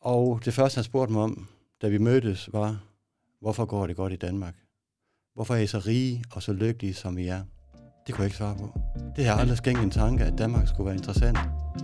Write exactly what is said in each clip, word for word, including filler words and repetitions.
Og det første, han spurgte mig om, da vi mødtes, var, hvorfor går det godt i Danmark? Hvorfor er I så rige og så lykkelige, som I er? Det kunne jeg ikke svare på. Det har aldrig skænket en tanke, at Danmark skulle være interessant.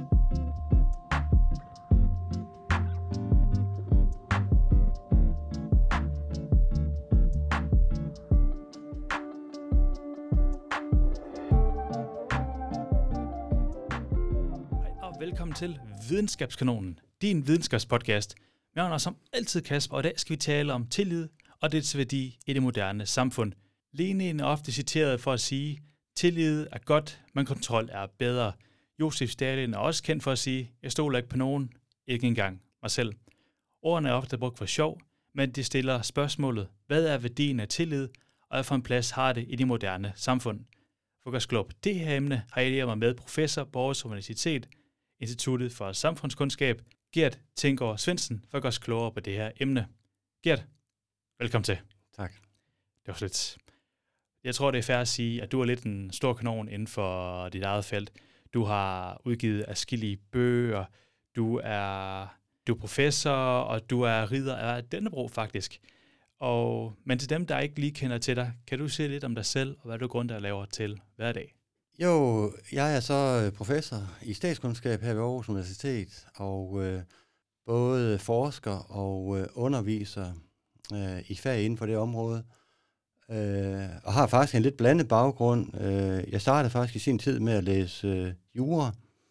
Velkommen til Videnskabskanonen, din videnskabspodcast. Med navn er som altid Kasper, og i dag skal vi tale om tillid og dets værdi i det moderne samfund. Lenin er ofte citeret for at sige, tillid er godt, men kontrol er bedre. Josef Stalin er også kendt for at sige, jeg stoler ikke på nogen, ikke engang mig selv. Ordene er ofte brugt for sjov, men de stiller spørgsmålet, hvad er værdien af tillid, og hvad for en plads har det i det moderne samfund? For at gøre klog på det her emne, har jeg mig med professor på Aarhus Universitet, Instituttet for Samfundskundskab, Gert Tinggaard Svendsen, for at gøre os klogere på det her emne. Gert, velkommen til. Tak. Det var lidt. Jeg tror, det er fair at sige, at du er lidt en stor kanon inden for dit eget felt. Du har udgivet adskillige bøger, du er, du er professor, og du er ridder af Dannebrog faktisk. Og, men til dem, der ikke lige kender til dig, kan du sige lidt om dig selv, og hvad du grund der laver til hverdag? Jo, jeg er så professor i statskundskab her ved Aarhus Universitet, og øh, både forsker og øh, underviser øh, i fag inden for det område, øh, og har faktisk en lidt blandet baggrund. Øh, jeg startede faktisk i sin tid med at læse øh, jura,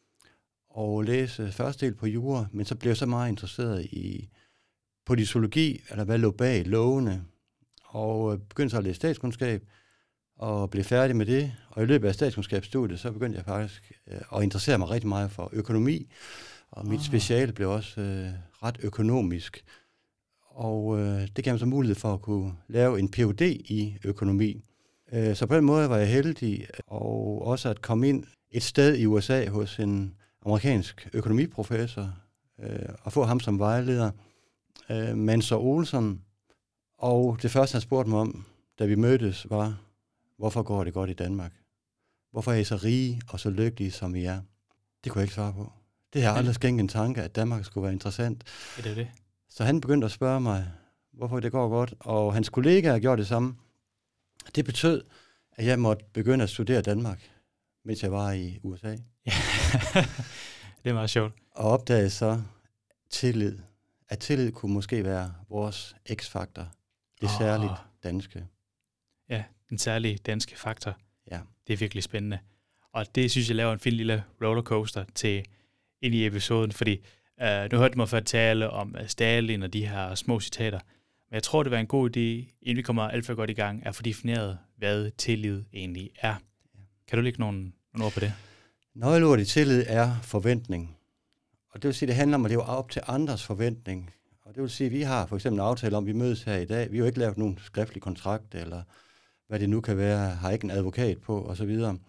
og læse første del på jura, men så blev jeg så meget interesseret i politologi, eller hvad lå bag lovene, og øh, begyndte så at læse statskundskab, og blev færdig med det. Og i løbet af statskundskabsstudiet, så begyndte jeg faktisk øh, at interessere mig rigtig meget for økonomi. Og mit speciale blev også øh, ret økonomisk. Og øh, det gav mig så mulighed for at kunne lave en P H D i økonomi. Øh, så på den måde var jeg heldig, og også at komme ind et sted i U S A hos en amerikansk økonomiprofessor, øh, og få ham som vejleder, øh, Mansour Olson. Og det første, han spurgte mig om, da vi mødtes, var, hvorfor går det godt i Danmark? Hvorfor er I så rige og så lykkelige, som I er? Det kunne jeg ikke svare på. Det har aldrig skænket en tanke, at Danmark skulle være interessant. Er det det? Så han begyndte at spørge mig, hvorfor det går godt, og hans kollegaer gjorde det samme. Det betød, at jeg måtte begynde at studere Danmark, mens jeg var i U S A. Ja, det er meget sjovt. Og opdagede så tillid. At tillid kunne måske være vores x-faktor. Det oh. særligt danske. Ja, den særlige danske faktor. Ja. Det er virkelig spændende. Og det synes jeg laver en fin lille rollercoaster til ind i episoden, fordi øh, nu hørte du mig før tale om Stalin og de her små citater. Men jeg tror, det var en god idé, inden vi kommer alt for godt i gang, at få defineret, hvad tillid egentlig er. Ja. Kan du lægge nogle, nogle ord på det? Nøgleordet i tillid er forventning. Og det vil sige, det handler om at leve op til andres forventning. Og det vil sige, at vi har for eksempel en aftale om, at vi mødes her i dag. Vi har jo ikke lavet nogen skriftlig kontrakt, eller hvad det nu kan være, har ikke en advokat på, osv.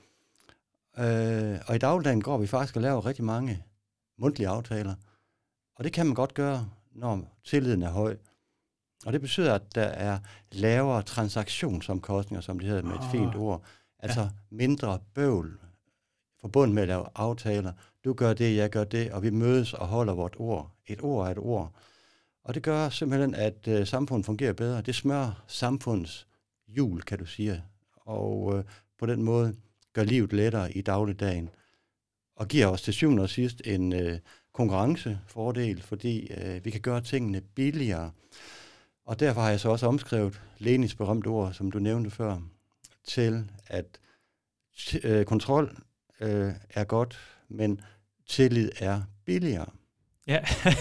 Øh, og i dagligdagen går vi faktisk og laver rigtig mange mundtlige aftaler. Og det kan man godt gøre, når tilliden er høj. Og det betyder, at der er lavere transaktionsomkostninger, som det hedder med et fint ord. Altså ja. mindre bøvl forbundet med at lave aftaler. Du gør det, jeg gør det, og vi mødes og holder vort ord. Et ord er et ord. Og det gør simpelthen, at øh, samfundet fungerer bedre. Det smører samfundets hjul, kan du sige. Og øh, på den måde gør livet lettere i dagligdagen. Og giver os til syvende og sidst en øh, konkurrencefordel, fordi øh, vi kan gøre tingene billigere. Og derfor har jeg så også omskrevet Lenins berømte ord, som du nævnte før, til at t- øh, kontrol øh, er godt, men tillid er billigere. Ja,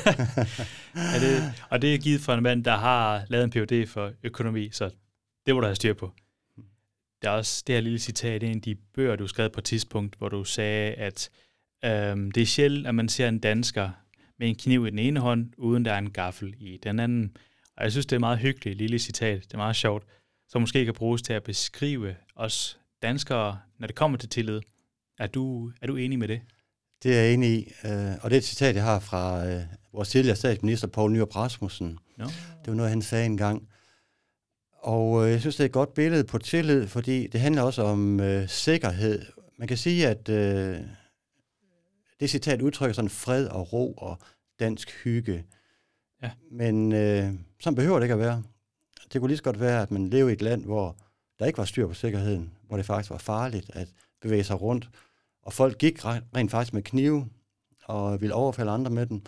ja det, og det er givet fra en mand, der har lavet en P H D for økonomi, så det må du have styr på. Der er også det her lille citat i en af de bøger, du skrev på et tidspunkt, hvor du sagde, at øhm, det er sjældent, at man ser en dansker med en kniv i den ene hånd, uden der er en gaffel i den anden. Og jeg synes, det er et meget hyggeligt lille citat. Det er meget sjovt, som måske kan bruges til at beskrive os danskere, når det kommer til tillid. Er du, er du enig med det? Det er jeg enig i, og det er et citat, jeg har fra øh, vores tidligere statsminister, Poul Nyrup Rasmussen. No. Det var noget, han sagde engang. Og øh, jeg synes, det er et godt billede på tillid, fordi det handler også om øh, sikkerhed. Man kan sige, at øh, det citat udtrykker sådan fred og ro og dansk hygge. Ja. Men øh, sådan behøver det ikke at være. Det kunne lige så godt være, at man lever i et land, hvor der ikke var styr på sikkerheden, hvor det faktisk var farligt at bevæge sig rundt, og folk gik rent faktisk med knive og ville overfalde andre med den,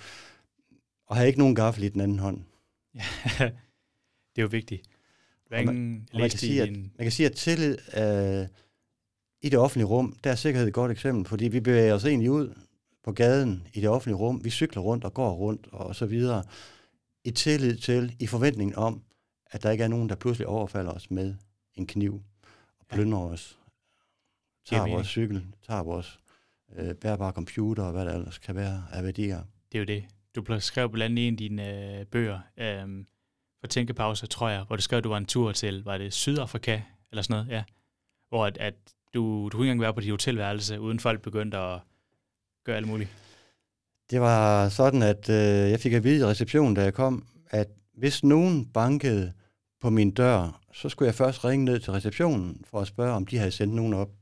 og havde ikke nogen gaffel i den anden hånd. Ja, det er jo vigtigt. Og man, og man, kan sige, at, man kan sige, at tillid øh, i det offentlige rum, der er sikkerhed et godt eksempel, fordi vi bevæger os egentlig ud på gaden i det offentlige rum, vi cykler rundt og går rundt og så videre, i tillid til, i forventning om, at der ikke er nogen, der pludselig overfalder os med en kniv og plyndrer ja. os, tager vores cykel, tager vores øh, bærbare computer og hvad der ellers kan være af værdier. Det er jo det. Du skrev blandt andet i en af dine øh, bøger øh, for tænkepauser, tror jeg, hvor du skrev, at du var en tur til, var det Sydafrika eller sådan noget, ja, hvor at, at du, du kunne ikke engang være på dit hotelværelse, uden folk begyndte at gøre alt muligt. Det var sådan, at øh, jeg fik at vide i receptionen, da jeg kom, at hvis nogen bankede på min dør, så skulle jeg først ringe ned til receptionen for at spørge, om de havde sendt nogen op.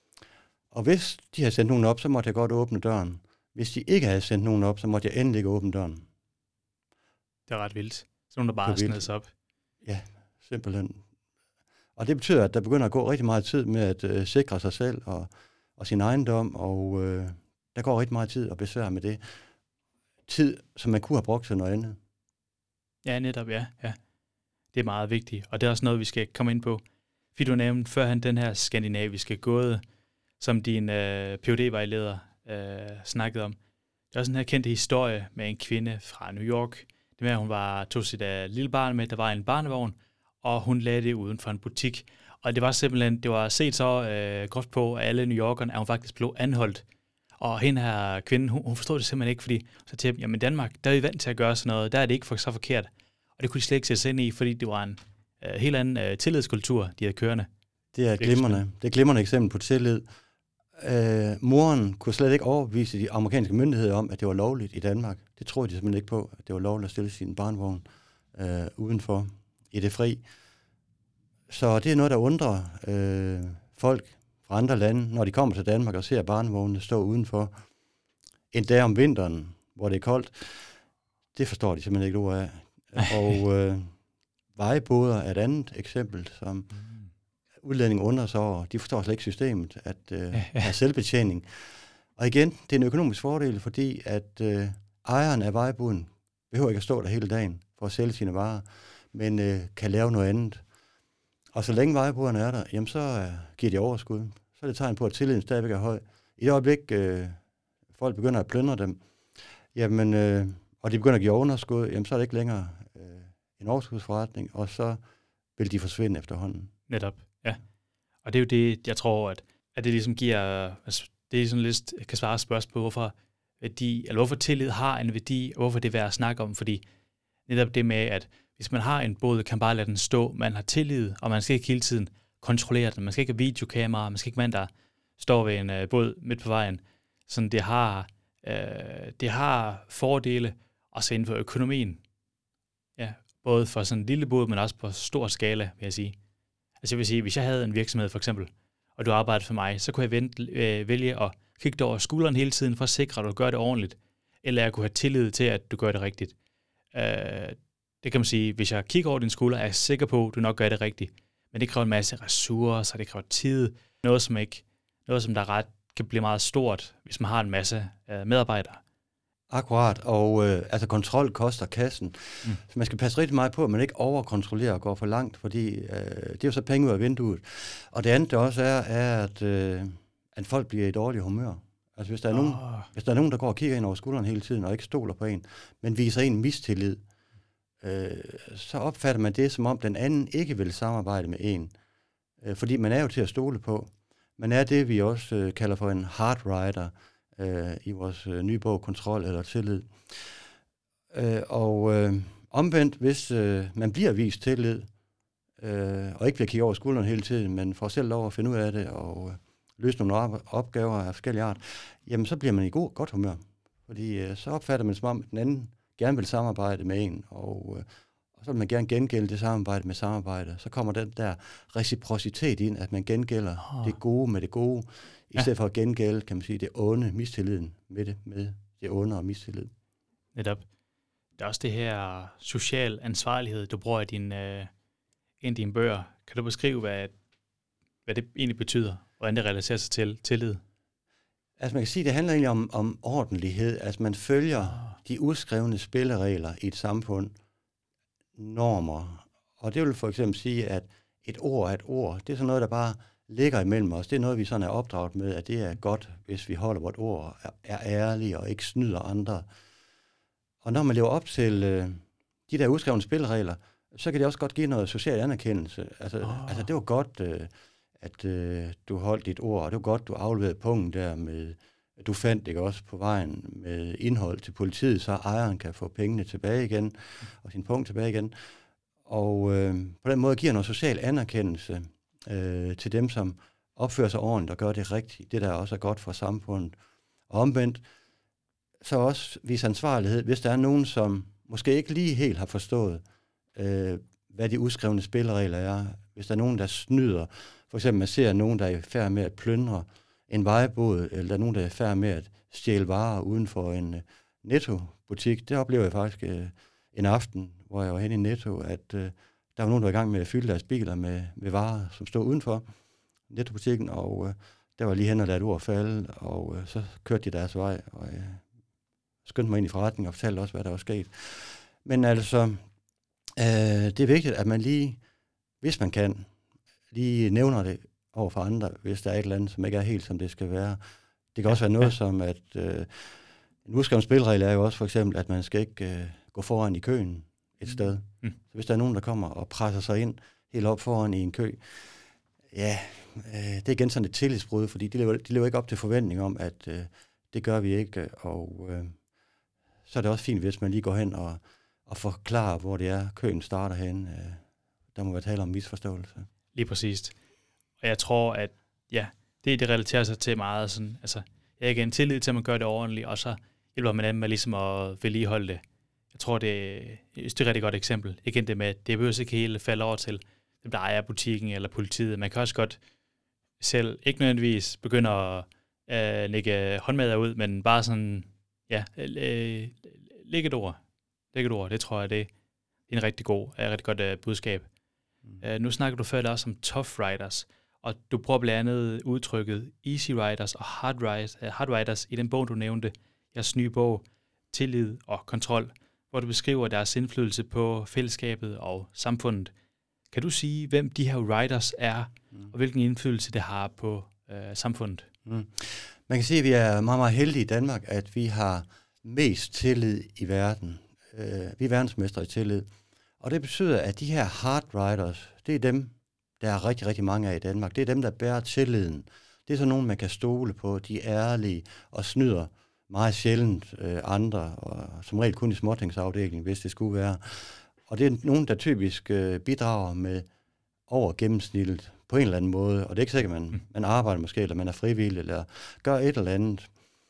Og hvis de havde sendt nogen op, så måtte jeg godt åbne døren. Hvis de ikke havde sendt nogen op, så måtte jeg endelig ikke åbne døren. Det er ret vildt. Så nogen, der bare snedes op. Ja, simpelthen. Og det betyder, at der begynder at gå rigtig meget tid med at øh, sikre sig selv og, og sin ejendom, og øh, der går rigtig meget tid og besvær med det. Tid, som man kunne have brugt til noget andet. Ja, netop, ja. ja. Det er meget vigtigt, og det er også noget, vi skal komme ind på. Fordi du nævnte førhen den her skandinaviske gåde, som din øh, P H D-vejleder øh, snakkede om. Der er også den her kendte historie med en kvinde fra New York. Det med, at hun var, tog sit uh, lille barn med, der var en barnevogn, og hun lagde det uden for en butik. Og det var simpelthen, det var set så øh, groft på af alle New Yorkerne, at hun faktisk blev anholdt. Og hende her kvinde, hun, hun forstod det simpelthen ikke, fordi så til dem, jamen i Danmark, der er vi vant til at gøre sådan noget, der er det ikke for, så forkert. Og det kunne de slet ikke sætte sig ind i, fordi det var en øh, helt anden øh, tillidskultur, de havde kørende. Det er et glimrende, det er et glimrende eksempel på tillid. Øh, moren kunne slet ikke overbevise de amerikanske myndigheder om, at det var lovligt i Danmark. Det troede de simpelthen ikke på, at det var lovligt at stille sin barnevogn øh, udenfor i det fri. Så det er noget, der undrer øh, folk fra andre lande, når de kommer til Danmark og ser barnevognene stå udenfor en dag om vinteren, hvor det er koldt. Det forstår de simpelthen ikke ord af. Og øh, vejboder er et andet eksempel, som mm. udlænding undrer sig over. De forstår slet ikke systemet, at øh, ja, ja. er selvbetjening. Og igen, det er en økonomisk fordel, fordi at øh, ejeren af vejboden behøver ikke at stå der hele dagen for at sælge sine varer, men øh, kan lave noget andet. Og så længe vejboderne er der, jamen så øh, giver de overskud. Så er det tegn på, at tilliden stadigvæk er høj. I det øjeblik, øh, folk begynder at plyndre dem, jamen, øh, og de begynder at give underskud, jamen så er det ikke længere øh, en overskudsforretning, og så vil de forsvinde efterhånden. Netop, ja. Og det er jo det, jeg tror, at, at det ligesom giver, altså, det er sådan lidt, kan svare spørgsmål på, hvorfor værdi, eller hvorfor tillid har en værdi, og hvorfor det er værd at snakke om, fordi netop det med, at hvis man har en båd, kan bare lade den stå, man har tillid, og man skal ikke hele tiden kontrollere den, man skal ikke have videokamera, man skal ikke mand, der står ved en uh, båd midt på vejen. Sådan, det har, øh, det har fordele, også inden for økonomien. Ja, både for sådan en lille båd, men også på stor skala, vil jeg sige. Altså jeg vil sige, hvis jeg havde en virksomhed for eksempel, og du arbejdede for mig, så kunne jeg vente, øh, vælge at kigge over skulderen hele tiden, for at sikre, at du gør det ordentligt. Eller jeg kunne have tillid til, at du gør det rigtigt. Øh, det kan man sige, hvis jeg kigger over din skulder, er jeg sikker på, at du nok gør det rigtigt. Men det kræver en masse ressourcer, det kræver tid, noget som ikke, noget som der ret kan blive meget stort, hvis man har en masse øh, medarbejdere. Akkurat, og øh, altså kontrol koster kassen. Mm. Så man skal passe rigtig meget på, at man ikke overkontrollerer og går for langt, fordi øh, det er jo så penge ud af vinduet. Og det andet der også er, er at, øh, at folk bliver i dårlig humør. Altså hvis der, er oh. nogen, hvis der er nogen, der går og kigger ind over skulderen hele tiden og ikke stoler på en, men viser en mistillid, øh, så opfatter man det, som om den anden ikke vil samarbejde med en. Øh, fordi man er jo til at stole på. Man er det, vi også øh, kalder for en hard rider, Øh, i vores øh, nye bog, Kontrol eller Tillid. Øh, og øh, omvendt, hvis øh, man bliver vist tillid, øh, og ikke bliver kigget over skulderen hele tiden, men får selv lov at finde ud af det, og øh, løse nogle op- opgaver af forskellige art, jamen så bliver man i god, godt humør. Fordi øh, så opfatter man som om, at den anden gerne vil samarbejde med en, og, øh, og så vil man gerne gengælde det samarbejde med samarbejde. Så kommer den der reciprocitet ind, at man gengælder oh. det gode med det gode, i stedet ja. for at gengælde, kan man sige, det onde, mistilliden med det, med det onde og mistillid. Netop. Der er også det her social ansvarlighed, du bruger i din, øh, i dine bøger. Kan du beskrive, hvad, hvad det egentlig betyder, og hvordan det relaterer sig til tillid? Altså man kan sige, at det handler egentlig om, om ordentlighed. Altså man følger Oh. de udskrevne spilleregler i et samfund, normer. Og det vil for eksempel sige, at et ord er et ord. Det er sådan noget, der bare ligger imellem os. Det er noget, vi sådan er opdraget med, at det er godt, hvis vi holder vort ord, er, er ærlige og ikke snyder andre. Og når man lever op til øh, de der udskrevne spilleregler, så kan det også godt give noget social anerkendelse. Altså, oh. altså det var godt, øh, at øh, du holdt dit ord, og det var godt, du afleverede punkten der med, du fandt ikke også på vejen med indhold til politiet, så ejeren kan få pengene tilbage igen, og sin punkt tilbage igen. Og øh, på den måde giver noget social anerkendelse øh, til dem, som opfører sig ordentligt og gør det rigtigt. Det der også er godt for samfundet. Og omvendt, så også vise ansvarlighed, hvis der er nogen, som måske ikke lige helt har forstået, øh, hvad de udskrevne spilleregler er. Hvis der er nogen, der snyder, for eksempel man ser nogen, der er i færd med at plyndre en vejbåd, eller der er nogen, der er i færd med at stjæle varer uden for en uh, Netto-butik. Det oplever jeg faktisk uh, en aften, hvor jeg var henne i Netto, at uh, der var nogen, der var i gang med at fylde deres biler med, med varer, som stod udenfor Netto-butikken, og uh, der var lige hen og ladet ord falde, og uh, så kørte de deres vej, og jeg uh, skyndte mig ind i forretningen og fortalte også, hvad der var sket. Men altså, uh, det er vigtigt, at man lige, hvis man kan, lige nævner det over for andre, hvis der er et eller andet, som ikke er helt, som det skal være. Det kan også være noget ja. som, at øh, en udskreven spilregel er jo også for eksempel, at man skal ikke øh, gå foran i køen et sted. Mm. Så hvis der er nogen, der kommer og presser sig ind helt op foran i en kø, ja, øh, det er igen sådan et tillidsbrud, fordi de lever, de lever ikke op til forventning om, at øh, det gør vi ikke, og øh, så er det også fint, hvis man lige går hen og, og forklarer, hvor det er, køen starter hen. Øh, der må være tale om misforståelse. Lige præcist. Og jeg tror, at ja, det, det relaterer sig til meget sådan, altså, jeg er igen tillid til, at man gør det ordentligt, og så hjælper man dem med ligesom at vedligeholde det. Jeg tror, det, det er et rigtig godt eksempel. Igen det med, at det behøver ikke helt falde over til dem, der ejer butikken eller politiet. Man kan også godt selv, ikke nødvendigvis begynde at øh, lægge håndmadder ud, men bare sådan, ja, øh, lægge et ord. Lægge et ord, det tror jeg, det er en rigtig god, er et rigtig godt uh, budskab. Mm. Uh, nu snakker du før også om tough riders, og du bruger blandt andet udtrykket easy riders og hard, riders, uh, hard riders i den bog, du nævnte, jeres nye bog, Tillid og Kontrol, hvor du beskriver deres indflydelse på fællesskabet og samfundet. Kan du sige, hvem de her riders er, mm. og hvilken indflydelse det har på uh, samfundet? Mm. Man kan sige, at vi er meget, meget heldige i Danmark, at vi har mest tillid i verden. Uh, vi er verdensmestre i tillid. Og det betyder, at de her hard riders, det er dem, der er rigtig, rigtig mange af i Danmark. Det er dem, der bærer tilliden. Det er så nogen, man kan stole på. De er ærlige og snyder meget sjældent øh, andre, og som regel kun i småtingsafdelingen, hvis det skulle være. Og det er nogen, der typisk øh, bidrager med over gennemsnittet på en eller anden måde. Og det er ikke sikkert, at man, man arbejder måske, eller man er frivillig, eller gør et eller andet.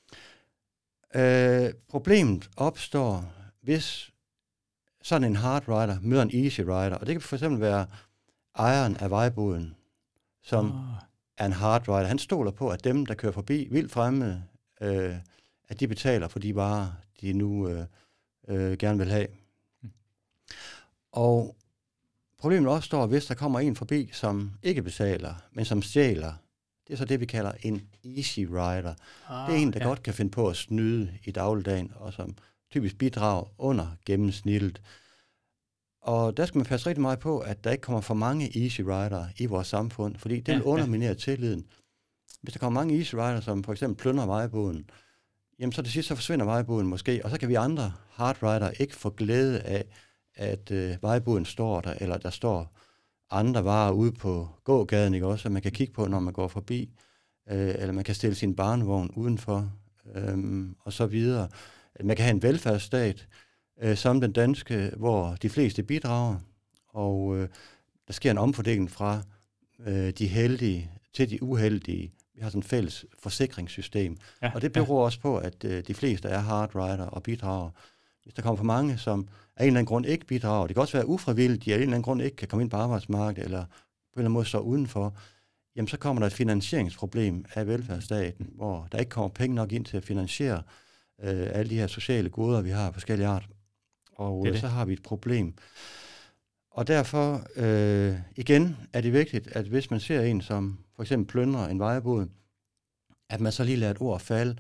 Øh, problemet opstår, hvis sådan en hard rider møder en easy rider, og det kan for eksempel være ejeren af vejboden, som oh. er en hard rider. Han stoler på, at dem, der kører forbi vildt fremmede, øh, at de betaler for de varer, de nu øh, øh, gerne vil have. Mm. Og problemet opstår, hvis der kommer en forbi, som ikke betaler, men som stjæler. Det er så det, vi kalder en easy rider. Ah, det er en, der ja. godt kan finde på at snyde i dagligdagen, og som typisk bidrag under gennemsnittet. Og der skal man passe rigtig meget på, at der ikke kommer for mange easy riders i vores samfund, fordi det ja, vil underminere ja. tilliden. Hvis der kommer mange easy riders, som for eksempel plyndrer vejboden, jamen så til sidst så forsvinder vejboden måske, og så kan vi andre hard rider ikke få glæde af, at øh, vejboden står der, eller der står andre varer ude på gågaden, ikke også, som man kan kigge på, når man går forbi, øh, eller man kan stille sin barnevogn udenfor, øh, og så videre. Man kan have en velfærdsstat, øh, som den danske, hvor de fleste bidrager, og øh, der sker en omfordeling fra øh, de heldige til de uheldige. Vi har sådan et fælles forsikringssystem, ja, og det beror ja. også på, at øh, de fleste er hard rider og bidrager. Hvis der kommer for mange, som af en eller anden grund ikke bidrager, det kan også være ufrivilligt, de af en eller anden grund ikke kan komme ind på arbejdsmarkedet, eller på en eller anden måde står udenfor, jamen så kommer der et finansieringsproblem af velfærdsstaten, hvor der ikke kommer penge nok ind til at finansiere øh, alle de her sociale goder, vi har af forskellige art. Og det det det. så har vi et problem. Og derfor, øh, igen, er det vigtigt, at hvis man ser en, som for eksempel plyndrer en vejbod, at man så lige lader et ord falde.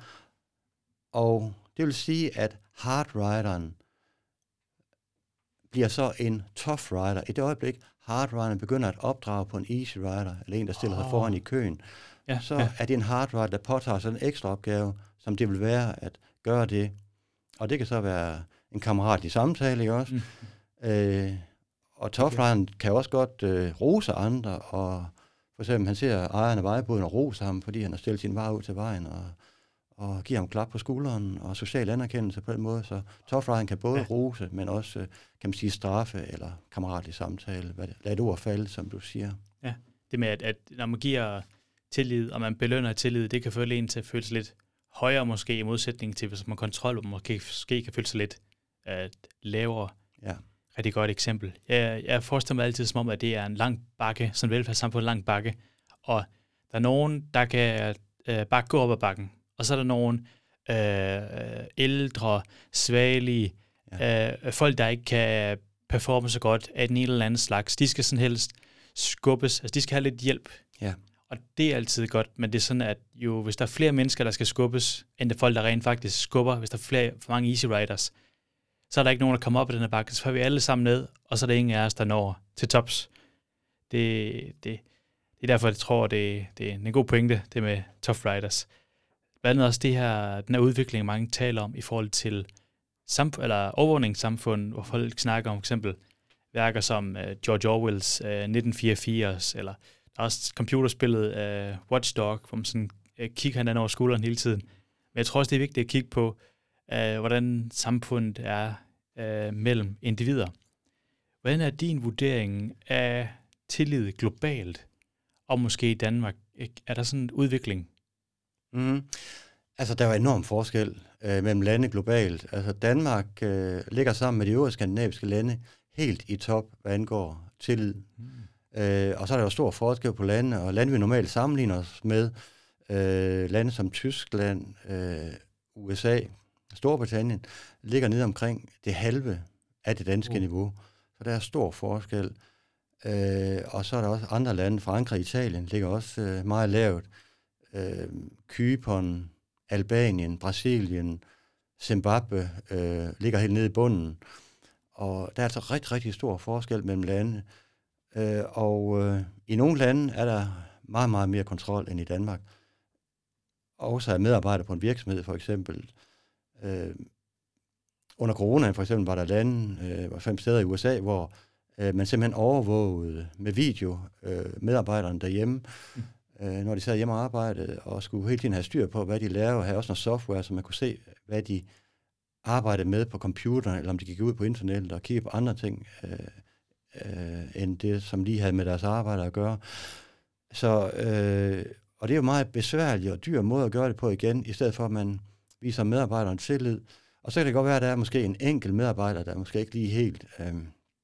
Og det vil sige, at hardrideren bliver så en tough rider. I det øjeblik, hardrideren begynder at opdrage på en easy rider, eller en, der stiller oh. sig foran i køen, ja, så ja. er det en hardrider, der påtager sig en ekstra opgave, som det vil være at gøre det. Og det kan så være en kammeratlig samtale, ikke også? Mm. Øh, og toughrideren kan også godt øh, rose andre, og for eksempel, han ser ejeren af vejboden og roser ham, fordi han har stillet sin vare ud til vejen, og, og giver ham klap på skulderen, og social anerkendelse på den måde. Så toughrideren kan både ja. rose, men også, kan man sige, straffe, eller kammeratlig samtale. Lad et ord falde, som du siger. Ja, det med, at, at når man giver tillid, og man belønner tillid, det kan føle en til at føle sig lidt højere, måske i modsætning til, hvis man kontrol, hvor man måske, måske kan føle sig lidt uh, lavere. Ja. Rigtig godt eksempel. Jeg, jeg forestiller mig altid som om, at det er en lang bakke, sådan en velfærdssamfund, en lang bakke, og der er nogen, der kan øh, bare gå op ad bakken, og så er der nogen øh, ældre, svagelige, ja. øh, folk, der ikke kan performe så godt af den ene eller anden slags. De skal sådan helst skubbes, altså de skal have lidt hjælp. Ja. Og det er altid godt, men det er sådan, at jo, hvis der er flere mennesker, der skal skubbes, end det folk, der rent faktisk skubber, hvis der er flere, for mange easy riders, så er der ikke nogen, der kommer op i den her bakke, så får vi alle sammen ned, og så er der ingen af os, der når til tops. Det, det, det er derfor, jeg tror, det, det er en god pointe, det med tough riders. Blandt andet også det her, den her udvikling, mange taler om i forhold til samf- eller overvågningssamfund, hvor folk snakker om for eksempel værker som uh, George Orwells uh, nitten fireogfirs, eller der er også computerspillet uh, Watch Dog, hvor man sådan uh, kigger hinanden over skulderen hele tiden. Men jeg tror også, det er vigtigt at kigge på, uh, hvordan samfundet er uh, mellem individer. Hvordan er din vurdering af tillid globalt, og måske i Danmark? Er der sådan en udvikling? Mm. Altså, der er enorm forskel øh, mellem lande globalt. Altså, Danmark øh, ligger sammen med de øvrige skandinaviske lande helt i top, hvad angår tillid. Mm. Øh, og så er der jo stor forskel på lande, og lande vi normalt sammenligner os med, øh, lande som Tyskland, øh, U S A, Storbritannien, ligger nede omkring det halve af det danske uh. niveau. Så der er stor forskel. Øh, og så er der også andre lande, Frankrig og Italien, ligger også øh, meget lavt. Øh, Cypern, Albanien, Brasilien, Zimbabwe øh, ligger helt nede i bunden. Og der er altså rigtig, rigtig stor forskel mellem lande. Øh, og øh, i nogle lande er der meget, meget mere kontrol end i Danmark. Også af medarbejdere på en virksomhed, for eksempel. Øh, under corona, for eksempel, var der lande, øh, var fem steder i U S A, hvor øh, man simpelthen overvågede med video øh, medarbejderne derhjemme, mm. øh, når de sad hjemme og arbejdede, og skulle hele tiden have styr på, hvad de lavede, og have også noget software, så man kunne se, hvad de arbejdede med på computeren, eller om de gik ud på internettet og kiggede på andre ting, øh, øh, end det, som de havde med deres arbejde at gøre. Så, øh, og det er jo meget besværligt og dyr måde at gøre det på igen, i stedet for, at man viser medarbejderen tillid. Og så kan det godt være, at der er måske en enkelt medarbejder, der måske ikke lige helt øh,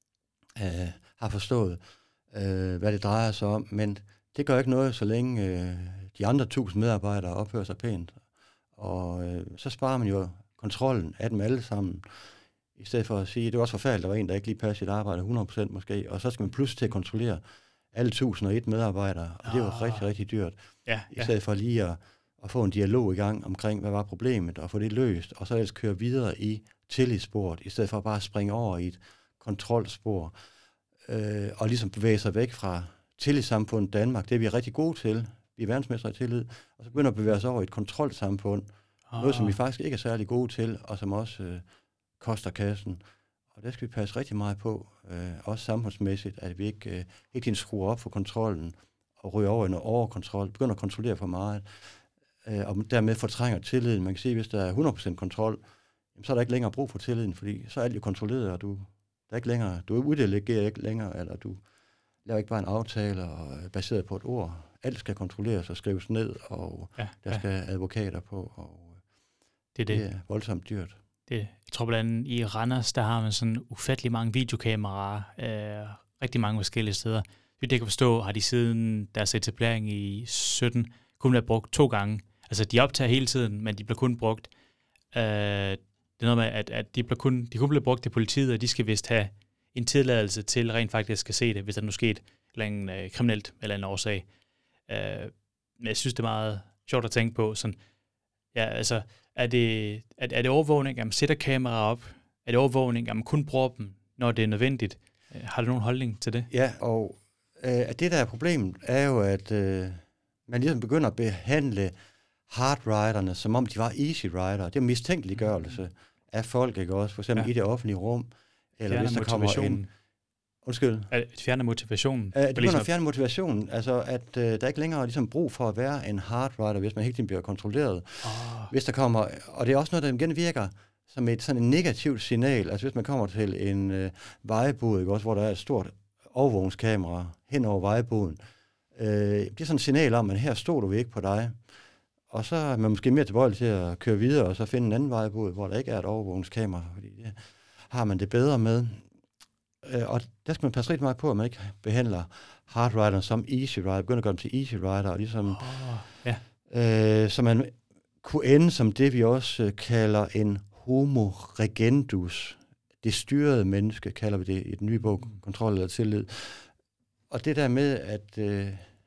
øh, har forstået, øh, hvad det drejer sig om. Men det gør ikke noget, så længe øh, de andre tusind medarbejdere opfører sig pænt. Og øh, så sparer man jo kontrollen af dem alle sammen, i stedet for at sige, at det er også forfærdeligt, at der var en, der ikke lige passer sit arbejde hundrede procent måske, og så skal man pludselig til at kontrollere alle tusind og et medarbejdere, og det er jo oh. rigtig, rigtig dyrt. Ja, I stedet ja. for lige at at få en dialog i gang omkring, hvad var problemet, og få det løst, og så ellers køre videre i tillidssporet, i stedet for bare at springe over i et kontrolspor, øh, og ligesom bevæge sig væk fra tillidssamfundet Danmark. Det er vi rigtig gode til. Vi er verdensmestre i tillid, og så begynder at bevæge os over i et kontrolsamfund, ah. noget, som vi faktisk ikke er særlig gode til, og som også øh, koster kassen. Og det skal vi passe rigtig meget på, øh, også samfundsmæssigt, at vi ikke øh, hele tiden skruer op for kontrollen, og ryger over i noget overkontrol, begynder at kontrollere for meget, og dermed fortrænger tilliden. Man kan sige, at hvis der er hundrede procent kontrol, så er der ikke længere brug for tilliden, fordi så er alt jo kontrolleret, og du, der er ikke længere, du uddelegerer ikke længere, eller du laver ikke bare en aftale og baseret på et ord. Alt skal kontrolleres og skrives ned, og ja, der ja. skal advokater på, og det er, det. det er voldsomt dyrt. Det, jeg tror blandt andet i Randers, der har man sådan ufattelig mange videokameraer, øh, rigtig mange forskellige steder. Det kan forstå, har de siden deres etablering i sytten kun været brugt to gange. Altså, de optager hele tiden, men de bliver kun brugt øh, det er noget med, at, at de, bliver kun, de kun bliver brugt til politiet, og de skal vist have en tilladelse til rent faktisk at se det, hvis der nu skete et eller andet øh, kriminelt eller en årsag. Øh, men jeg synes, det er meget sjovt at tænke på. Sådan, ja, altså, er det, er, er det overvågning, at man sætter kameraer op? Er det overvågning, at man kun bruger dem, når det er nødvendigt? Øh, har du nogen holdning til det? Ja, og øh, det, der er problemet, er jo, at øh, man ligesom begynder at behandle hardriderne, som om de var easy rider. Det er mistænkeliggørelse mm. af folk, ikke også? For eksempel ja. i det offentlige rum. Eller fjerner hvis der kommer en... Undskyld. At fjerne motivationen? Uh, det begynder at fjerne motivationen. Altså, at uh, der er ikke længere ligesom brug for at være en hardrider, hvis man hele tiden bliver kontrolleret. Oh. Hvis der kommer... Og det er også noget, der igen virker som et sådan et negativt signal. Altså, hvis man kommer til en uh, vejbod, ikke også, hvor der er et stort overvågningskamera hen over vejboden, uh, det er sådan et signal om, at her stod du ikke på dig. Og så er man måske mere tilbøjelig til at køre videre, og så finde en anden vejbod, hvor der ikke er et overvågningskamera, fordi det har man det bedre med. Og der skal man passe rigtig meget på, at man ikke behandler hardriderne som easy rider, begynder at gøre dem til easy rider, og ligesom, oh, ja. øh, så man kunne ende som det, vi også kalder en homo regendus. Det styrede menneske, kalder vi det i den nye bog, Kontrol eller Tillid. Og det der med, at øh,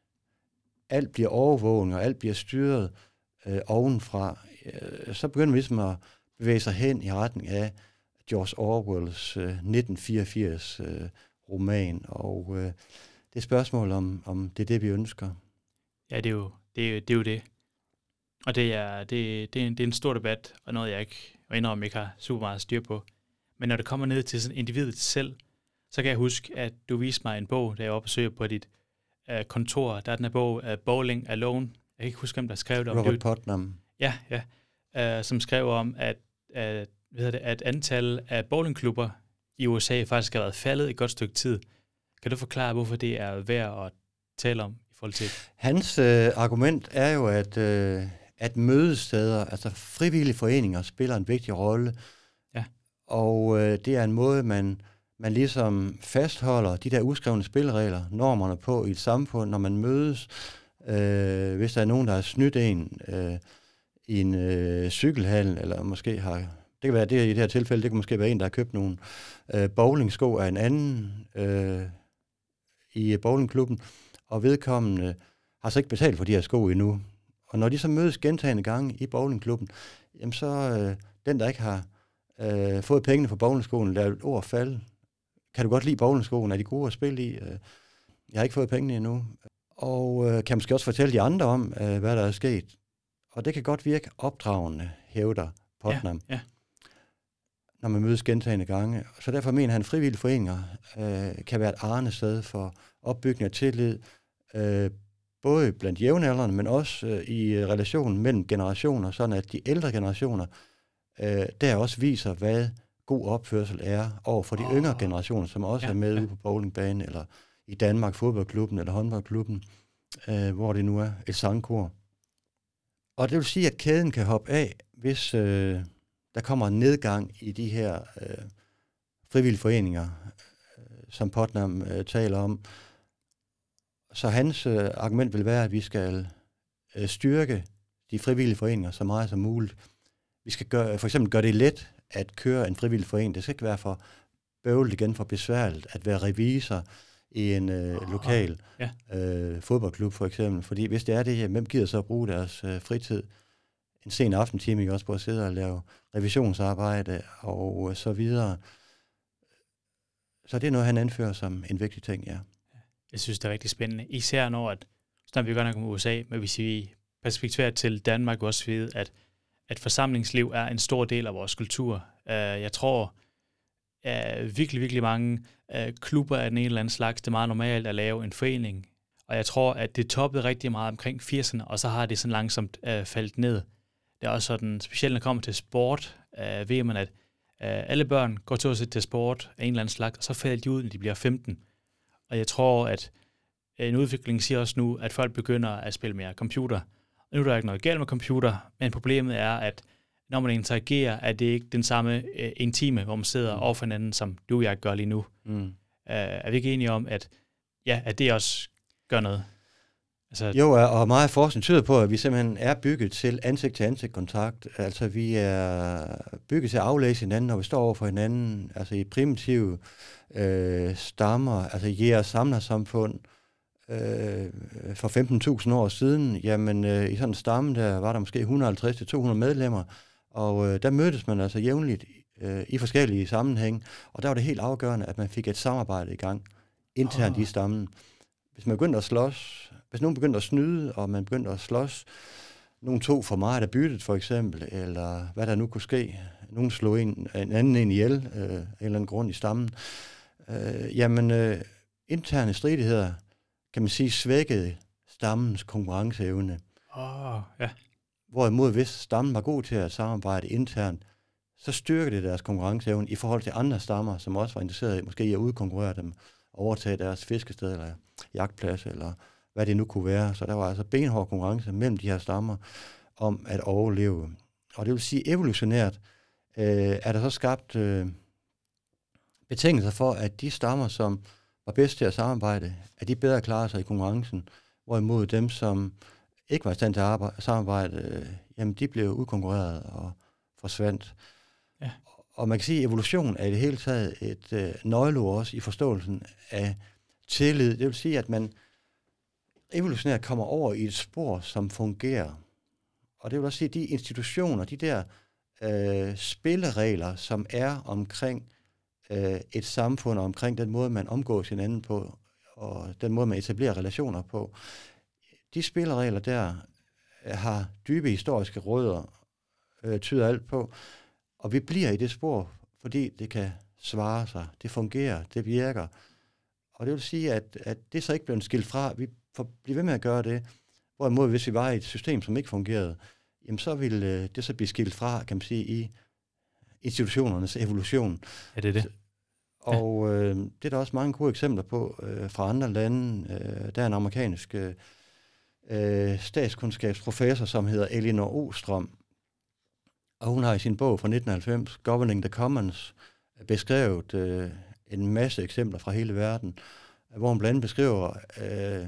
alt bliver overvåget, og alt bliver styret øh, ovenfra, øh, så begynder man ligesom at bevæge sig hen i retning af George Orwells øh, nitten fireogfirs øh, roman, og øh, det er spørgsmål om, om det er det, vi ønsker. Ja, det er jo det. Er, det, er jo det. Og det er, det, det, er en, det er en stor debat, og noget, jeg ikke, og indrømme, ikke har super meget styr på. Men når det kommer ned til sådan individet selv, så kan jeg huske, at du viste mig en bog, da jeg var på besøg på dit uh, kontor. Der er den her bog, uh, Bowling Alone. Jeg kan ikke huske, hvem der skrev det om. Robert Putnam. Ja, ja. Uh, som skrev om, at uh, ved det, at antallet af bowlingklubber i U S A faktisk har været faldet et godt stykke tid. Kan du forklare, hvorfor det er værd at tale om i forhold til? Hans øh, argument er jo, at, øh, at mødesteder, altså frivillige foreninger, spiller en vigtig rolle. Ja. Og øh, det er en måde, man, man ligesom fastholder de der uskrevne spilleregler, normerne på i et samfund, når man mødes. Øh, hvis der er nogen, der har snydt en øh, i en øh, cykelhandel, eller måske har... Det kan være det i det her tilfælde, det kan måske være en, der har købt nogle øh, bowlingsko af en anden øh, i bowlingklubben, og vedkommende har så ikke betalt for de her sko endnu. Og når de så mødes gentagne gange i bowlingklubben, jamen så øh, den, der ikke har øh, fået pengene for bowlingskoene, lader et ord falde. Kan du godt lide bowlingskoene? Er de gode at spille i? Øh, jeg har ikke fået pengene endnu. Og øh, kan måske også fortælle de andre om, øh, hvad der er sket. Og det kan godt virke opdragende, hævder Putnam. Ja, ja. Når man mødes gentagne gange. Så derfor mener han, at frivillige foreninger øh, kan være et arnested for opbygning af tillid, øh, både blandt jævnaldrende, men også øh, i relationen mellem generationer, sådan at de ældre generationer øh, der også viser, hvad god opførsel er over for de oh. yngre generationer, som også ja, er med ja. ude på bowlingbanen, eller i Danmark fodboldklubben eller håndboldklubben, øh, hvor det nu er et sangkor. Og det vil sige, at kæden kan hoppe af, hvis... Øh, der kommer en nedgang i de her øh, frivillige foreninger, øh, som Putnam øh, taler om. Så hans øh, argument vil være, at vi skal øh, styrke de frivillige foreninger så meget som muligt. Vi skal gøre, for eksempel gøre det let at køre en frivillig forening. Det skal ikke være for bøvlet igen, for besværligt at være revisor i en øh, oh, lokal ja. øh, fodboldklub for eksempel. Fordi hvis det er det, hvem gider så at bruge deres øh, fritid en sen aftentime, ikke også på at sidde og lave revisionsarbejde og så videre. Så det er noget, han anfører som en vigtig ting, ja. Jeg synes, det er rigtig spændende. Især når, at snart vi godt nok om U S A, men hvis vi perspektiverer til Danmark også ved, at, at forsamlingsliv er en stor del af vores kultur. Uh, jeg tror, uh, virkelig, virkelig mange uh, klubber af den ene eller anden slags, det er meget normalt at lave en forening. Og jeg tror, at det toppede rigtig meget omkring firserne, og så har det sådan langsomt uh, faldet ned. Det er også sådan, specielt når det kommer til sport, øh, ved man, at øh, alle børn går til at sætte til sport af en eller anden slags, og så falder de ud, når de bliver femten. Og jeg tror, at en udvikling siger også nu, at folk begynder at spille mere computer. Og nu er der ikke noget galt med computer, men problemet er, at når man interagerer, er det ikke den samme øh, intime, hvor man sidder mm. over for hinanden, som du og jeg gør lige nu. Mm. Øh, er vi ikke enige om, at, ja, at det også gør noget? Altså... Jo, og meget forskning tyder på, at vi simpelthen er bygget til ansigt-til-ansigt-kontakt. Altså, vi er bygget til at aflæse hinanden, når vi står over for hinanden. Altså, i primitive øh, stammer, altså jæger-samler-samfund øh, for femten tusind år siden, jamen, øh, i sådan en stamme, der var der måske et hundrede og halvtreds til to hundrede medlemmer, og øh, der mødtes man altså jævnligt øh, i forskellige sammenhæng, og der var det helt afgørende, at man fik et samarbejde i gang internt oh. i stammen. Hvis man begyndte at slås, hvis nogen begyndte at snyde, og man begyndte at slås, nogen tog for meget af byttet for eksempel, eller hvad der nu kunne ske, nogen slog en, en anden ind ihjel, øh, en eller anden grund i stammen, øh, jamen øh, interne stridigheder, kan man sige, svækkede stammens konkurrenceevne. Åh, oh, ja. Hvorimod hvis stammen var god til at samarbejde internt, så styrkede det deres konkurrenceevne i forhold til andre stammer, som også var interesserede i måske i at udkonkurrere dem, overtage deres fiskested eller jagtplads, eller hvad det nu kunne være. Så der var altså benhård konkurrence mellem de her stammer om at overleve. Og det vil sige, evolutionært øh, er der så skabt øh, betingelser for, at de stammer, som var bedst til at samarbejde, at de bedre klarer sig i konkurrencen, hvorimod dem, som ikke var i stand til at arbejde, samarbejde, øh, jamen de blev udkonkurreret og forsvandt. Ja. Og man kan sige, at evolution er i det hele taget et øh, nøgleord også i forståelsen af tillid. Det vil sige, at man evolutionært kommer over i et spor, som fungerer. Og det vil også sige, at de institutioner, de der øh, spilleregler, som er omkring øh, et samfund, og omkring den måde, man omgås hinanden på, og den måde, man etablerer relationer på, de spilleregler der øh, har dybe historiske rødder, øh, tyder alt på, og vi bliver i det spor, fordi det kan svare sig, det fungerer, det virker. Og det vil sige, at, at det så ikke bliver skilt fra, vi får blive ved med at gøre det, hvorimod hvis vi var i et system, som ikke fungerede, jamen så ville øh, det så blive skilt fra, kan man sige, i institutionernes evolution. Ja, det er det. Og øh, det er der også mange gode eksempler på øh, fra andre lande. Øh, der er en amerikansk øh, statskundskabsprofessor, som hedder Elinor Ostrom, og hun har i sin bog fra nitten halvfems, Governing the Commons, beskrevet øh, en masse eksempler fra hele verden, hvor hun blandt andet beskriver, øh,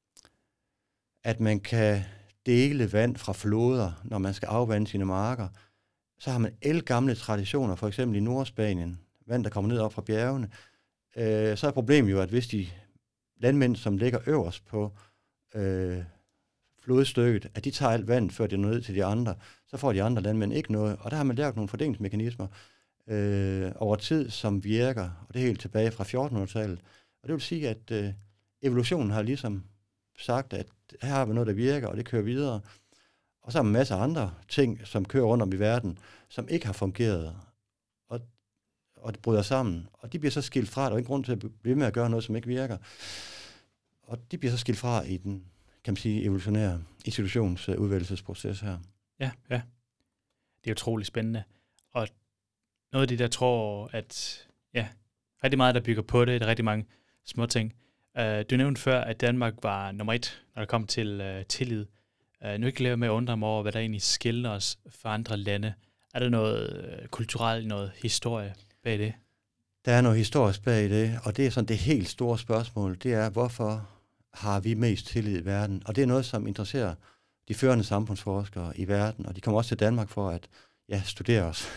at man kan dele vand fra floder, når man skal afvande sine marker. Så har man ældgamle traditioner, for eksempel i Nordspanien, vand, der kommer ned op fra bjergene. Øh, så er problemet jo, at hvis de landmænd, som ligger øverst på øh, flodstykket, at de tager alt vand, før det når ned til de andre, så får de andre landmænd ikke noget. Og der har man lavet nogle fordelingsmekanismer øh, over tid, som virker, og det er helt tilbage fra fjortenhundredetallet. Og det vil sige, at øh, evolutionen har ligesom sagt, at her har vi noget, der virker, og det kører videre. Og så er der en masse andre ting, som kører rundt om i verden, som ikke har fungeret, og, og det bryder sammen. Og de bliver så skilt fra, der er ingen grund til at blive med at gøre noget, som ikke virker. Og de bliver så skilt fra i den, kan man sige, evolutionære institutionsudvælgelsesproces her. Ja, ja. Det er utroligt spændende. Og noget af det, der tror, at ja, rigtig meget, der bygger på det, der er rigtig mange små ting. Uh, du nævnte før, at Danmark var nummer et, når det kom til uh, tillid. Uh, nu ikke lade med at undre mig over, hvad der egentlig skiller os fra andre lande. Er der noget uh, kulturelt, noget historie bag det? Der er noget historisk bag det, og det er sådan det helt store spørgsmål. Det er, hvorfor har vi mest tillid i verden? Og det er noget, som interesserer de førende samfundsforskere i verden, og de kommer også til Danmark for at ja, studere os.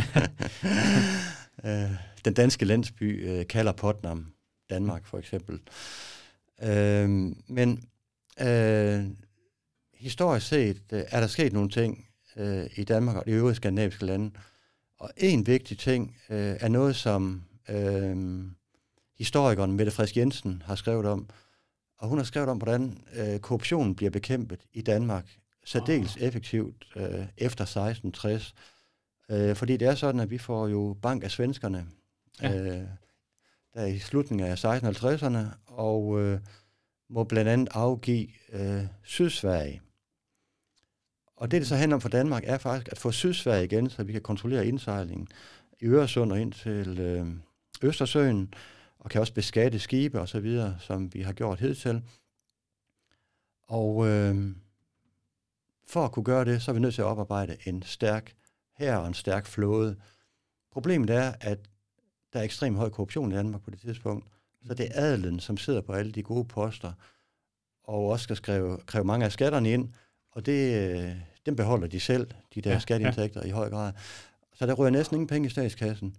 Den danske landsby uh, kalder Putnam Danmark for eksempel. Øh, men øh, historisk set øh, er der sket nogle ting øh, i Danmark og de øvrige skandinaviske lande. Og en vigtig ting øh, er noget, som øh, historikeren Mette Frisk Jensen har skrevet om. Og hun har skrevet om, hvordan øh, korruptionen bliver bekæmpet i Danmark særdeles oh. effektivt øh, efter seksten tres. Øh, fordi det er sådan, at vi får jo bank af svenskerne. Ja. Øh, der i slutningen af seksten halvtredserne, og øh, må blandt andet afgive øh, Sydsverige. Og det, det så handler om for Danmark, er faktisk at få Sydsverige igen, så vi kan kontrollere indsejlingen i Øresund og ind til øh, Østersøen, og kan også beskatte skibe og så videre, som vi har gjort hidtil. Og øh, for at kunne gøre det, så er vi nødt til at oparbejde en stærk hær og en stærk flåde. Problemet er, at der er ekstremt høj korruption i Danmark på det tidspunkt. Så det er adelen, som sidder på alle de gode poster. og også skal skrive, kræve mange af skatterne ind, og det, øh, dem beholder de selv, de der ja, skatteindtægter ja. i høj grad. Så der ryger næsten ingen penge i statskassen.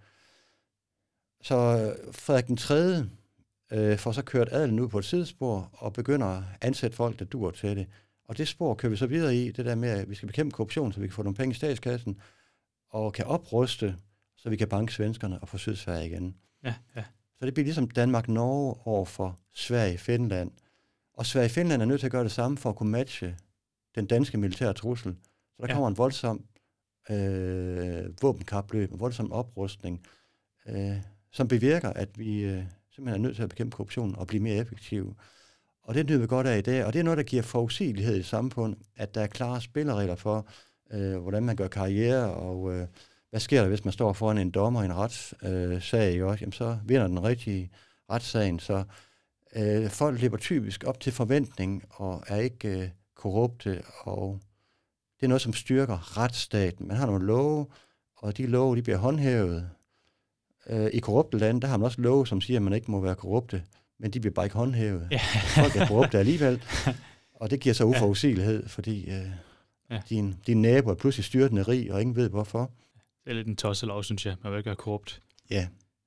Så Frederik den tredje øh, får så kørt adelen ud på et sidespor, og begynder at ansætte folk, der dur til det. Og det spor kører vi så videre i, det der med, at vi skal bekæmpe korruption, så vi kan få nogle penge i statskassen, og kan opruste, så vi kan banke svenskerne og få Sydsverige igen. Ja, ja. Så det bliver ligesom Danmark-Norge over for Sverige-Finland. Og Sverige-Finland er nødt til at gøre det samme for at kunne matche den danske militære trussel. Så der ja. kommer en voldsom øh, våbenkapløb, en voldsom oprustning, øh, som bevirker, at vi øh, simpelthen er nødt til at bekæmpe korruption og blive mere effektive. Og det nyder vi godt af i dag, og det er noget, der giver forudsigelighed i samfundet, at der er klare spilleregler for, øh, hvordan man gør karriere, og øh, hvad sker der, hvis man står foran en dommer i en retssag, øh, Jamen, så vinder den rigtige retssagen. Så øh, folk lever typisk op til forventning, og er ikke øh, korrupte, og det er noget, som styrker retsstaten. Man har nogle love, og de love, de bliver håndhævet. Øh, I korrupte lande, der har man også love, som siger, at man ikke må være korrupte, men de bliver bare ikke håndhævet. Ja. Folk er korrupte alligevel, og det giver så uforudsigelighed, fordi øh, ja. din, din nabo er pludselig styrtende rig, og ingen ved hvorfor. Det er lidt en tosselov, synes jeg. Man vil ikke være korrupt. Ja.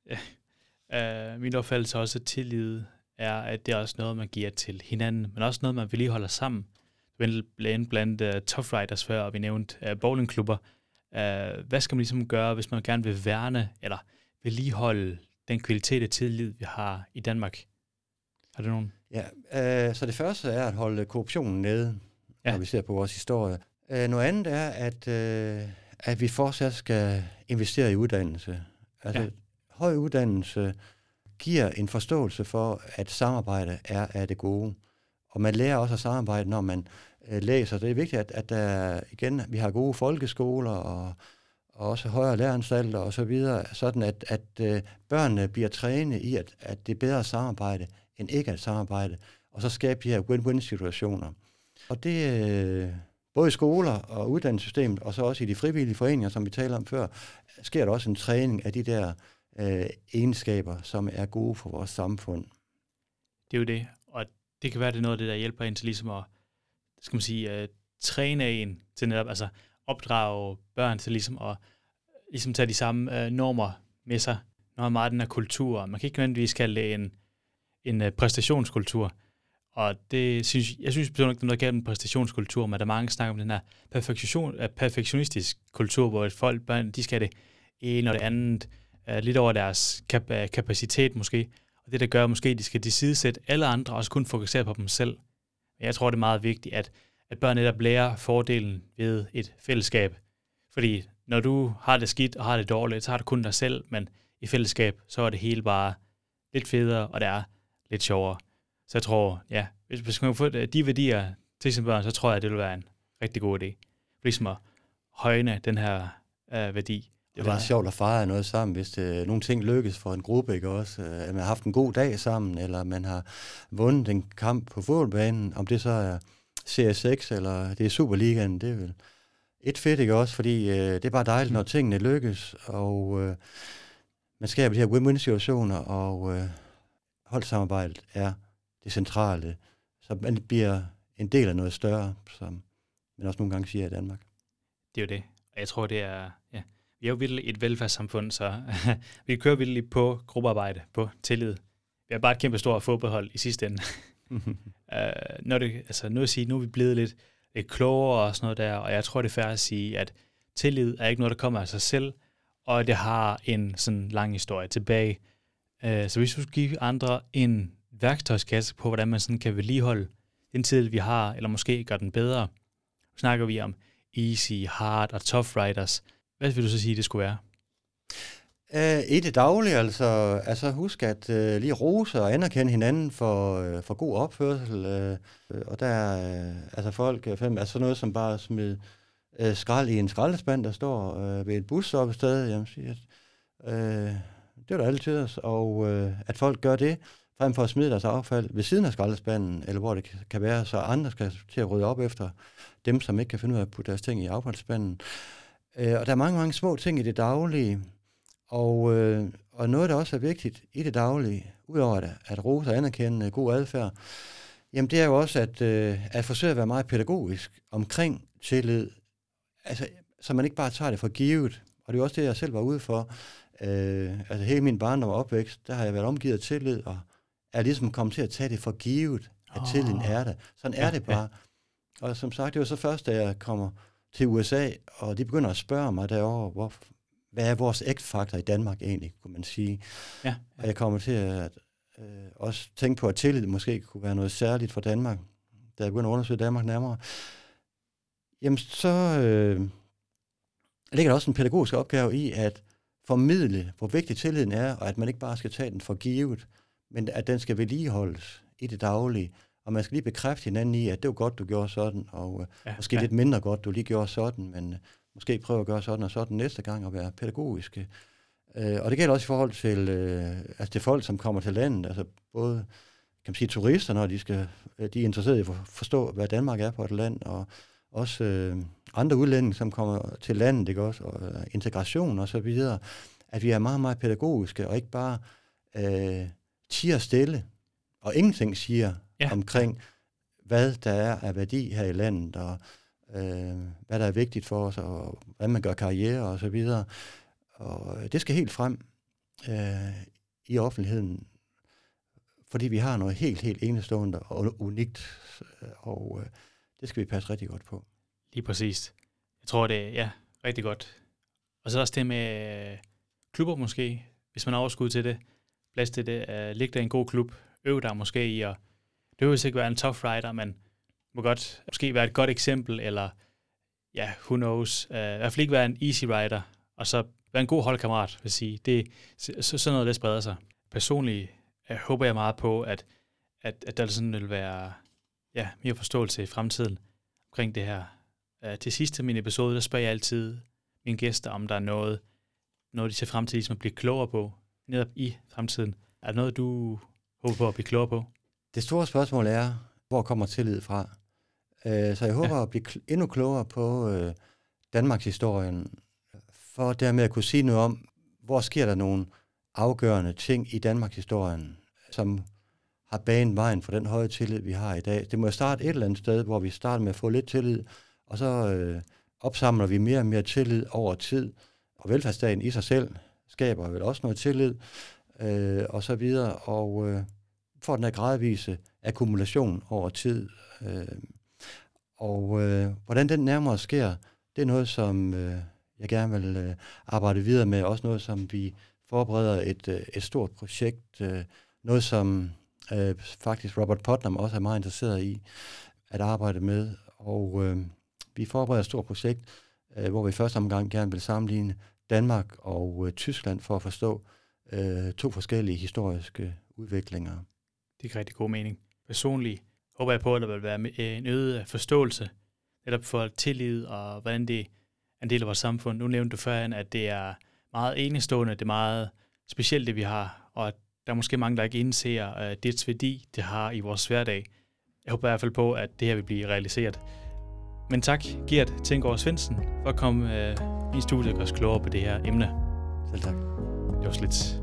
ja. Uh, min opfattelse også af tillid er, at det er også noget, man giver til hinanden, men også noget, man vedligeholder sammen. Blandt, blandt uh, Tough Riders før, og vi nævnte uh, bowlingklubber. Uh, hvad skal man ligesom gøre, hvis man gerne vil værne, eller vedligeholde den kvalitet af tillid, vi har i Danmark? Har du nogen? Ja, øh, så det første er at holde korruptionen nede, ja. når vi ser på vores historie. Øh, noget andet er, at, øh, at vi fortsat skal investere i uddannelse. Altså, ja. høj uddannelse giver en forståelse for, at samarbejde er af det gode. Og man lærer også at samarbejde, når man øh, læser. Det er vigtigt, at, at der, igen, vi har gode folkeskoler og, og også højere læreanstalter og så videre, sådan at, at øh, børnene bliver trænet i, at, at det er bedre at samarbejde end ikke at samarbejde, og så skabe de her win-win-situationer. Og det øh, både i skoler og uddannelsessystemet, og så også i de frivillige foreninger, som vi talte om før, sker der også en træning af de der øh, egenskaber, som er gode for vores samfund. Det er jo det, og det kan være, det er noget af det, der hjælper en til ligesom at, skal man sige, uh, træne en til netop, altså opdrage børn til ligesom at ligesom tage de samme uh, normer med sig, når man meget den her kultur. Man kan ikke nødvendigvis kalde det en en uh, præstationskultur, og det synes, jeg synes personligt, det er noget galt med præstationskultur, men der er mange snakker om den her perfektion, uh, perfektionistisk kultur, hvor et folk, børn, de skal det ene og det andet, uh, lidt over deres kap- uh, kapacitet måske, og det der gør måske, at de skal tilsidesætte alle andre, og så kun fokusere på dem selv. Men jeg tror, det er meget vigtigt, at, at børn netop lærer fordelen ved et fællesskab, fordi når du har det skidt og har det dårligt, så har du kun dig selv, men i fællesskab, så er det hele bare lidt federe, og det er lidt sjovere. Så jeg tror, ja, hvis man kan få de værdier til sine børn, så tror jeg, at det vil være en rigtig god idé. For ligesom at højne den her øh, værdi. Det var sjovt at fejre noget sammen, hvis det, nogle ting lykkes for en gruppe, ikke også? At man har haft en god dag sammen, eller man har vundet en kamp på fodboldbanen, om det så er C S seks, eller det er Superligaen, det er vel et fedt, ikke også? Fordi øh, det er bare dejligt, når tingene lykkes, og øh, man skaber de her win-win-situationer, og øh, holdsamarbejdet er det centrale, så man bliver en del af noget større, som man også nogle gange siger i Danmark. Det er jo det, og jeg tror, det er, ja, vi er jo virkelig et velfærdssamfund, så vi kører virkelig på gruppearbejde, på tillid. Vi har bare et kæmpe stort fodboldhold i sidste ende. uh, når det, altså nu at sige, nu er vi blevet lidt, lidt klogere og sådan noget der, og jeg tror, det er fair at sige, at tillid er ikke noget, der kommer af sig selv, og det har en sådan lang historie tilbage. Uh, så hvis du skal give andre en værktøjskasse på, hvordan man sådan kan vedligeholde den tillid, vi har, eller måske gøre den bedre, så snakker vi om easy, hard og tough riders. Hvad vil du så sige, det skulle være? Uh, I det daglige, altså, altså husk at uh, lige rose og anerkende hinanden for, uh, for god opførsel. Uh, og der er uh, altså folk, uh, fem, altså noget som bare smid uh, skrald i en skraldespand, der står uh, ved et busstoppested. Jamen, siger, uh, det er der altid, og uh, at folk gør det, frem for at smide deres affald ved siden af skraldespanden, eller hvor det kan være, så andre skal til at rydde op efter dem, som ikke kan finde ud af at putte deres ting i affaldsspanden. Uh, og der er mange, mange små ting i det daglige, og, øh, og noget, der også er vigtigt i det daglige, udover at, at rose og anerkende god adfærd, Jamen det er jo også at, øh, at forsøge at være meget pædagogisk omkring tillid, altså, så man ikke bare tager det for givet. Og det er jo også det, jeg selv var ude for. Øh, altså hele min barndom og opvækst, der har jeg været omgivet af tillid, og er ligesom kommet til at tage det for givet, at oh. tilliden er der. Sådan er ja, det bare. Ja. Og som sagt, det var så først, da jeg kommer til U S A, og de begynder at spørge mig derovre, hvor, hvad er vores X-faktor i Danmark egentlig, kunne man sige. Ja, ja. Og jeg kommer til at øh, også tænke på, at tillid måske kunne være noget særligt for Danmark, da jeg begynder at undersøge Danmark nærmere. Jamen så øh, ligger der også en pædagogisk opgave i at formidle, hvor vigtig tilliden er, og at man ikke bare skal tage den for givet, men at den skal vedligeholdes i det daglige. Og man skal lige bekræfte hinanden i, at det var godt, du gjorde sådan, og ja, måske ja. lidt mindre godt, du lige gjorde sådan, men måske prøve at gøre sådan og sådan næste gang, og være pædagogiske. Øh, og det gælder også i forhold til, øh, altså til folk, som kommer til landet, altså både, kan man sige, turister, når de, skal, de er interesserede i at forstå, hvad Danmark er på et land, og også øh, andre udlændinge, som kommer til landet, ikke også, og øh, integration og så videre, at vi er meget, meget pædagogiske, og ikke bare øh, tiger stille, og ingenting siger ja. omkring, hvad der er af værdi her i landet, og øh, hvad der er vigtigt for os, og hvordan man gør karriere og så videre. Og det skal helt frem øh, i offentligheden, fordi vi har noget helt, helt enestående og unikt, og øh, det skal vi passe rigtig godt på. Lige præcis. Jeg tror, det er ja, rigtig godt. Og så også det med klubber måske, hvis man har overskud til det. Plads til det. Uh, Lig der i en god klub. Øv der måske i at... Det behøver ikke være en tough rider, men må godt måske være et godt eksempel, eller ja, who knows. Uh, I hvert fald ikke være en easy rider, og så være en god holdkammerat, vil sige. Det, så, sådan noget, der spreder sig. Personligt jeg håber jeg meget på, at, at, at der sådan vil være ja, mere forståelse i fremtiden omkring det her. Uh, til sidst til min episode, der spørger jeg altid mine gæster, om der er noget, noget de ser frem til, ligesom at blive klogere på, netop i fremtiden. Er der noget, du håber på at blive klogere på? Det store spørgsmål er, hvor kommer tillid fra? Uh, så jeg håber ja. at blive kl- endnu klogere på uh, Danmarks historien, for dermed at kunne sige noget om, hvor sker der nogle afgørende ting i Danmarks historien, som har banet vejen for den høje tillid, vi har i dag. Det må starte et eller andet sted, hvor vi starter med at få lidt tillid, og så øh, opsamler vi mere og mere tillid over tid. Og velfærdsstaten i sig selv skaber vel også noget tillid, øh, og så videre, og øh, får den her gradvise akkumulation over tid. Øh, og øh, hvordan den nærmere sker, det er noget, som øh, jeg gerne vil øh, arbejde videre med, også noget, som vi forbereder et, øh, et stort projekt, øh, noget som øh, faktisk Robert Putnam også er meget interesseret i at arbejde med, og øh, vi forbereder et stort projekt, øh, hvor vi i første omgang gerne vil sammenligne Danmark og øh, Tyskland for at forstå øh, to forskellige historiske udviklinger. Det er rigtig god mening. Personligt håber jeg på, at der vil være en øget forståelse netop for tillid og hvordan det er en del af vores samfund. Nu nævnte du førhen, at det er meget enestående, det er meget specielt, det vi har, og at der er måske mange, der ikke indser uh, dets værdi, det har i vores hverdag. Jeg håber i hvert fald på, at det her vil blive realiseret. Men tak, Gert Tinggaard Svendsen, for at komme uh, i studiet og gøre os klogere på det her emne. Selv tak. Det var slet